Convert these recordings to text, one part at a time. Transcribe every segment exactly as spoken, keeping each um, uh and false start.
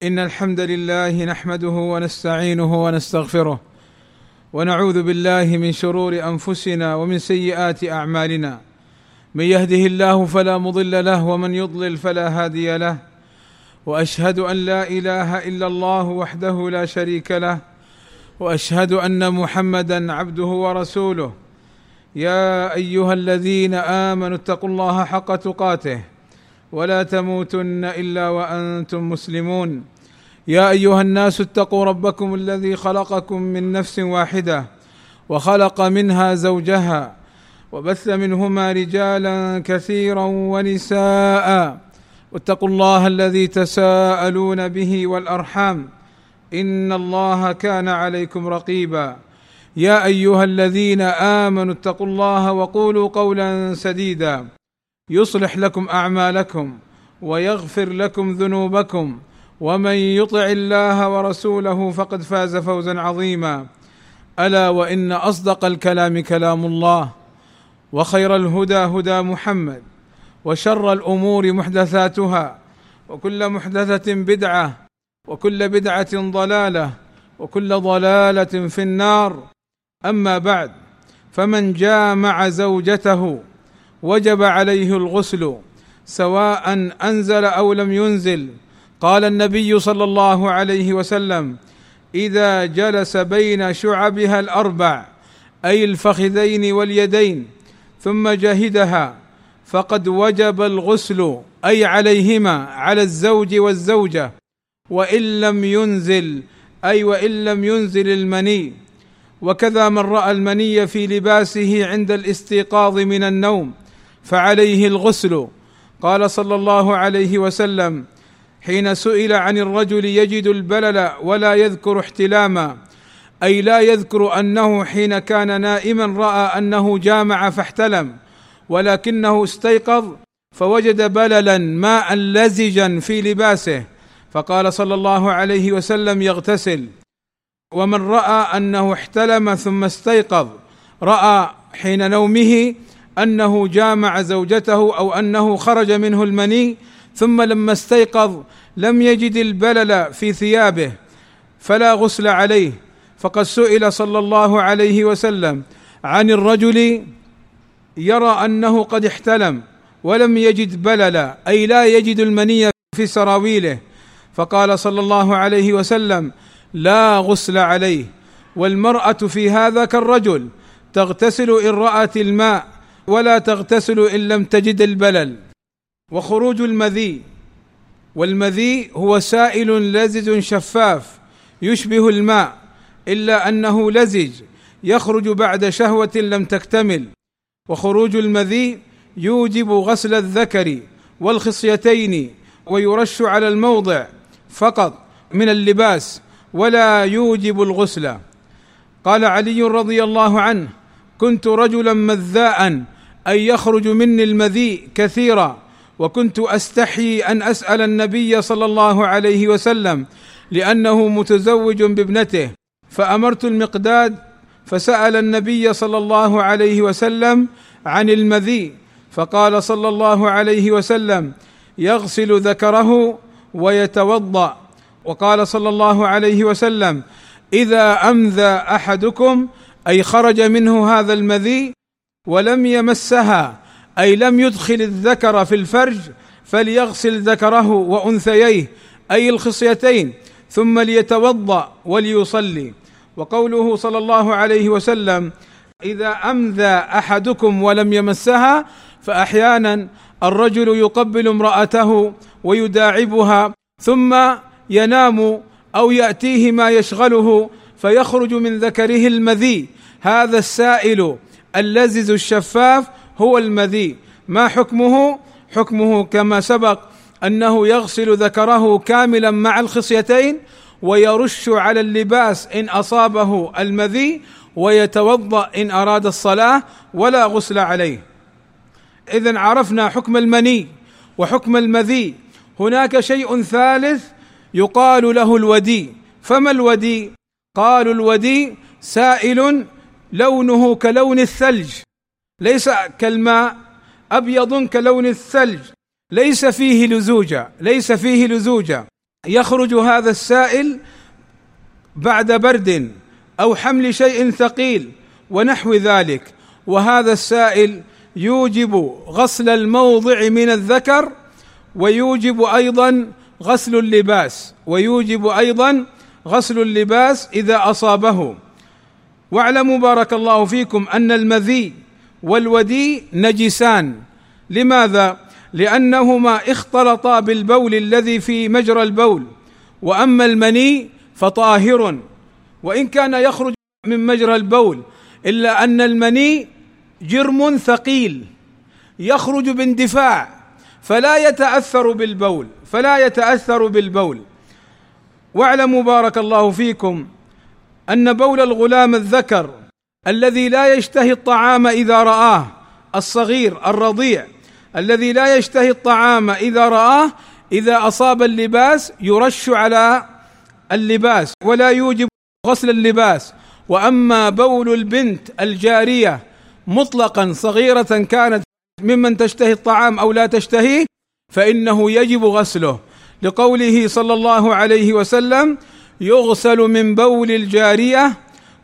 إن الحمد لله نحمده ونستعينه ونستغفره ونعوذ بالله من شرور أنفسنا ومن سيئات أعمالنا. من يهده الله فلا مضل له ومن يضلل فلا هادي له، وأشهد أن لا إله إلا الله وحده لا شريك له، وأشهد أن محمدا عبده ورسوله. يا أيها الذين آمنوا اتقوا الله حق تقاته ولا تموتن إلا وأنتم مسلمون. يا أيها الناس اتقوا ربكم الذي خلقكم من نفس واحدة وخلق منها زوجها وبث منهما رجالا كثيرا ونساء، واتقوا الله الذي تساءلون به والأرحام إن الله كان عليكم رقيبا. يا أيها الذين آمنوا اتقوا الله وقولوا قولا سديدا يصلح لكم أعمالكم ويغفر لكم ذنوبكم، ومن يطع الله ورسوله فقد فاز فوزا عظيما. ألا وإن أصدق الكلام كلام الله، وخير الهدى هدى محمد، وشر الأمور محدثاتها، وكل محدثة بدعة، وكل بدعة ضلالة، وكل ضلالة في النار. أما بعد، فمن جامع زوجته وجب عليه الغسل سواء أنزل أو لم ينزل. قال النبي صلى الله عليه وسلم: إذا جلس بين شعبها الأربع، أي الفخذين واليدين، ثم جهدها فقد وجب الغسل، أي عليهما، على الزوج والزوجة، وإن لم ينزل، أي وإن لم ينزل المني. وكذا من رأى المني في لباسه عند الاستيقاظ من النوم فعليه الغسل. قال صلى الله عليه وسلم حين سئل عن الرجل يجد البلل ولا يذكر احتلاما، أي لا يذكر أنه حين كان نائما رأى أنه جامع فاحتلم، ولكنه استيقظ فوجد بللا ماء لزجا في لباسه، فقال صلى الله عليه وسلم: يغتسل. ومن رأى أنه احتلم ثم استيقظ، رأى حين نومه أنه جامع زوجته أو أنه خرج منه المني، ثم لما استيقظ لم يجد البلل في ثيابه فلا غسل عليه. فقد سئل صلى الله عليه وسلم عن الرجل يرى أنه قد احتلم ولم يجد بللا، أي لا يجد المني في سراويله، فقال صلى الله عليه وسلم: لا غسل عليه. والمرأة في هذا كالرجل، تغتسل إن رأت الماء ولا تغتسل إن لم تجد البلل. وخروج المذي، والمذي هو سائل لزج شفاف يشبه الماء، إلا أنه لزج يخرج بعد شهوة لم تكتمل. وخروج المذي يوجب غسل الذكر والخصيتين، ويرش على الموضع فقط من اللباس، ولا يوجب الغسل. قال علي رضي الله عنه: كنت رجلا مذاء، أي يخرج مني المذي كثيرا، وكنت أستحيي أن أسأل النبي صلى الله عليه وسلم لأنه متزوج بابنته، فأمرت المقداد فسأل النبي صلى الله عليه وسلم عن المذي، فقال صلى الله عليه وسلم: يغسل ذكره ويتوضأ. وقال صلى الله عليه وسلم: إذا أمذى أحدكم، أي خرج منه هذا المذي ولم يمسها، أي لم يدخل الذكر في الفرج، فليغسل ذكره وأنثييه، أي الخصيتين، ثم ليتوضأ وليصلي. وقوله صلى الله عليه وسلم: إذا أمذى أحدكم ولم يمسها، فأحيانا الرجل يقبل امرأته ويداعبها ثم ينام أو يأتيه ما يشغله فيخرج من ذكره المذي. هذا السائل اللزز الشفاف هو المذي. ما حكمه؟ حكمه كما سبق، أنه يغسل ذكره كاملا مع الخصيتين، ويرش على اللباس إن أصابه المذي، ويتوضأ إن أراد الصلاة، ولا غسل عليه. إذن عرفنا حكم المني وحكم المذي. هناك شيء ثالث يقال له الودي. فما الودي؟ قالوا: الودي سائل لونه كلون الثلج، ليس كالماء، أبيض كلون الثلج، ليس فيه لزوجة، ليس فيه لزوجة يخرج هذا السائل بعد برد أو حمل شيء ثقيل ونحو ذلك، وهذا السائل يوجب غسل الموضع من الذكر، ويوجب أيضا غسل اللباس ويوجب أيضا غسل اللباس إذا أصابه. واعلموا بارك الله فيكم أن المذي والودي نجسان. لماذا؟ لأنهما اختلطا بالبول الذي في مجرى البول، وأما المني فطاهر وإن كان يخرج من مجرى البول، إلا أن المني جرم ثقيل يخرج باندفاع فلا يتأثر بالبول فلا يتأثر بالبول. واعلموا بارك الله فيكم أن بول الغلام الذكر الذي لا يشتهي الطعام إذا رآه، الصغير الرضيع الذي لا يشتهي الطعام إذا رآه، إذا أصاب اللباس يرش على اللباس ولا يوجب غسل اللباس. وأما بول البنت الجارية مطلقا صغيرة كانت ممن تشتهي الطعام أو لا تشتهيه فإنه يجب غسله، لقوله صلى الله عليه وسلم: يغسل من بول الجارية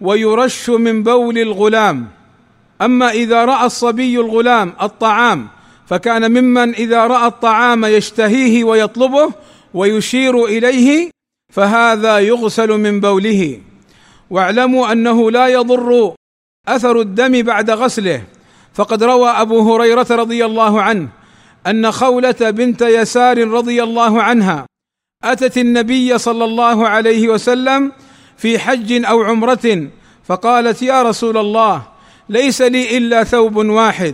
ويرش من بول الغلام. أما إذا رأى الصبي الغلام الطعام فكان ممن إذا رأى الطعام يشتهيه ويطلبه ويشير إليه فهذا يغسل من بوله. واعلموا أنه لا يضر أثر الدم بعد غسله، فقد روى أبو هريرة رضي الله عنه أن خولة بنت يسار رضي الله عنها أتت النبي صلى الله عليه وسلم في حج أو عمرة فقالت: يا رسول الله، ليس لي إلا ثوب واحد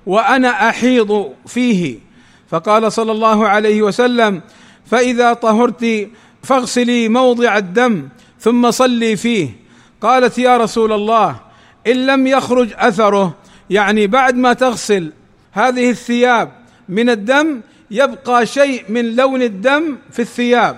وأنا أحيض فيه. فقال صلى الله عليه وسلم: فإذا طهرت فاغسلي موضع الدم ثم صلي فيه. قالت: يا رسول الله، إن لم يخرج أثره، يعني بعد ما تغسل هذه الثياب من الدم يبقى شيء من لون الدم في الثياب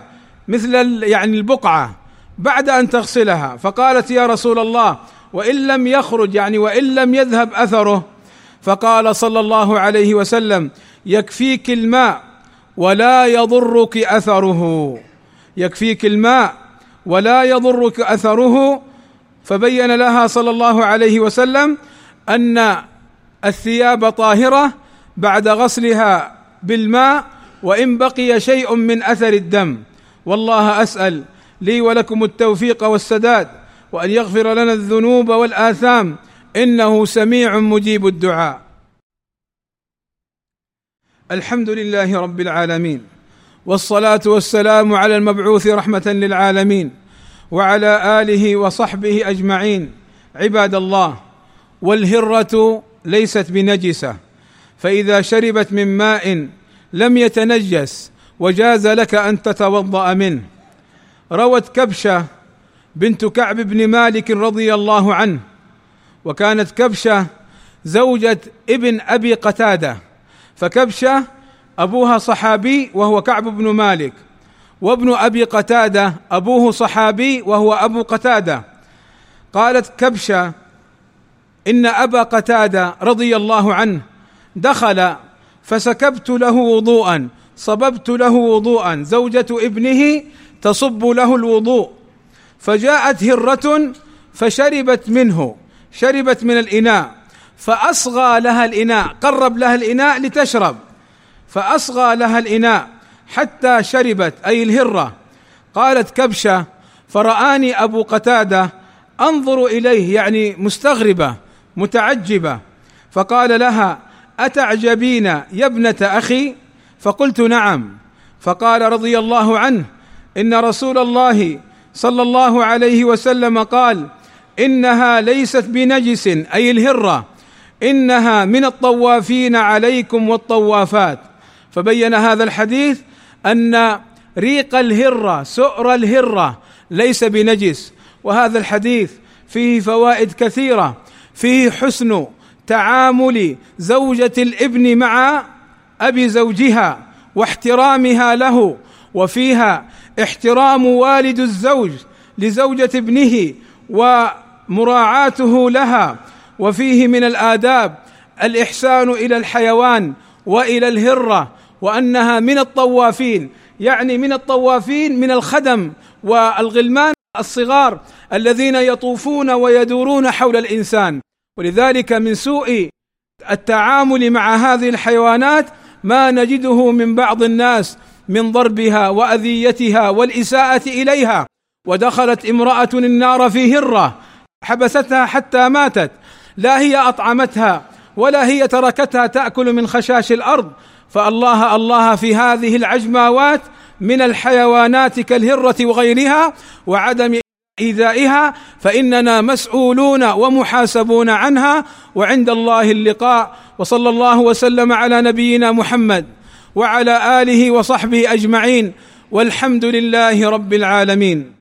مثل يعني البقعة بعد أن تغسلها. فقالت: يا رسول الله، وإن لم يخرج يعني وإن لم يذهب أثره؟ فقال صلى الله عليه وسلم: يكفيك الماء ولا يضرك أثره، يكفيك الماء ولا يضرك أثره. فبين لها صلى الله عليه وسلم أن الثياب طاهرة بعد غسلها بالماء وإن بقي شيء من أثر الدم. والله أسأل لي ولكم التوفيق والسداد، وأن يغفر لنا الذنوب والآثام، إنه سميع مجيب الدعاء. الحمد لله رب العالمين، والصلاة والسلام على المبعوث رحمة للعالمين وعلى آله وصحبه أجمعين. عباد الله، والهرة ليست بنجسة، فإذا شربت من ماء لم يتنجس وجاز لك أن تتوضأ منه. روت كبشة بنت كعب بن مالك رضي الله عنه، وكانت كبشة زوجة ابن أبي قتادة، فكبشة أبوها صحابي وهو كعب بن مالك، وابن أبي قتادة أبوه صحابي وهو أبو قتادة. قالت كبشة: إن أبا قتادة رضي الله عنه دخل فسكبت له وضوءا، صببت له وضوءا، زوجة ابنه تصب له الوضوء، فجاءت هرة فشربت منه، شربت من الإناء، فأصغى لها الإناء، قرب لها الإناء لتشرب، فأصغى لها الإناء حتى شربت، أي الهرة. قالت كبشة: فرآني أبو قتادة أنظر إليه، يعني مستغربة متعجبة، فقال لها: أتعجبين يا ابنة أخي؟ فقلت: نعم. فقال رضي الله عنه: إن رسول الله صلى الله عليه وسلم قال: إنها ليست بنجس، أي الهرة، إنها من الطوافين عليكم والطوافات. فبين هذا الحديث أن ريق الهرة، سؤر الهرة، ليس بنجس. وهذا الحديث فيه فوائد كثيرة، فيه حسن تعامل زوجة الابن مع أبي زوجها واحترامها له، وفيها احترام والد الزوج لزوجة ابنه ومراعاته لها. وفيه من الآداب الإحسان إلى الحيوان وإلى الهرة، وأنها من الطوافين، يعني من الطوافين من الخدم والغلمان الصغار الذين يطوفون ويدورون حول الإنسان. ولذلك من سوء التعامل مع هذه الحيوانات ما نجده من بعض الناس من ضربها وأذيتها والإساءة إليها. ودخلت امرأة النار في هرة حبستها حتى ماتت، لا هي أطعمتها ولا هي تركتها تأكل من خشاش الأرض. فالله الله في هذه العجماوات من الحيوانات كالهرة وغيرها وعدم إيذائها، فإننا مسؤولون ومحاسبون عنها، وعند الله اللقاء. وصلى الله وسلم على نبينا محمد وعلى آله وصحبه أجمعين، والحمد لله رب العالمين.